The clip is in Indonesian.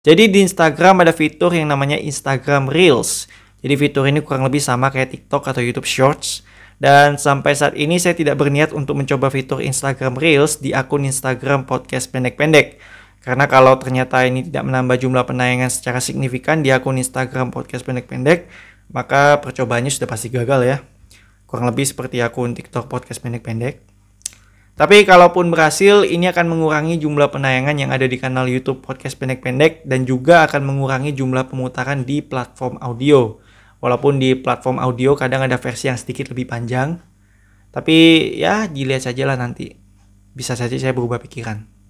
Jadi di Instagram ada fitur yang namanya Instagram Reels. Jadi fitur ini kurang lebih sama kayak TikTok atau YouTube Shorts. Dan sampai saat ini saya tidak berniat untuk mencoba fitur Instagram Reels di akun Instagram podcast pendek-pendek. Karena kalau ternyata ini tidak menambah jumlah penayangan secara signifikan di akun Instagram podcast pendek-pendek, maka percobaannya sudah pasti gagal ya. Kurang lebih seperti akun TikTok podcast pendek-pendek. Tapi kalaupun berhasil, ini akan mengurangi jumlah penayangan yang ada di kanal YouTube podcast pendek-pendek dan juga akan mengurangi jumlah pemutaran di platform audio. Walaupun di platform audio kadang ada versi yang sedikit lebih panjang. Tapi ya dilihat saja lah nanti. Bisa saja saya berubah pikiran.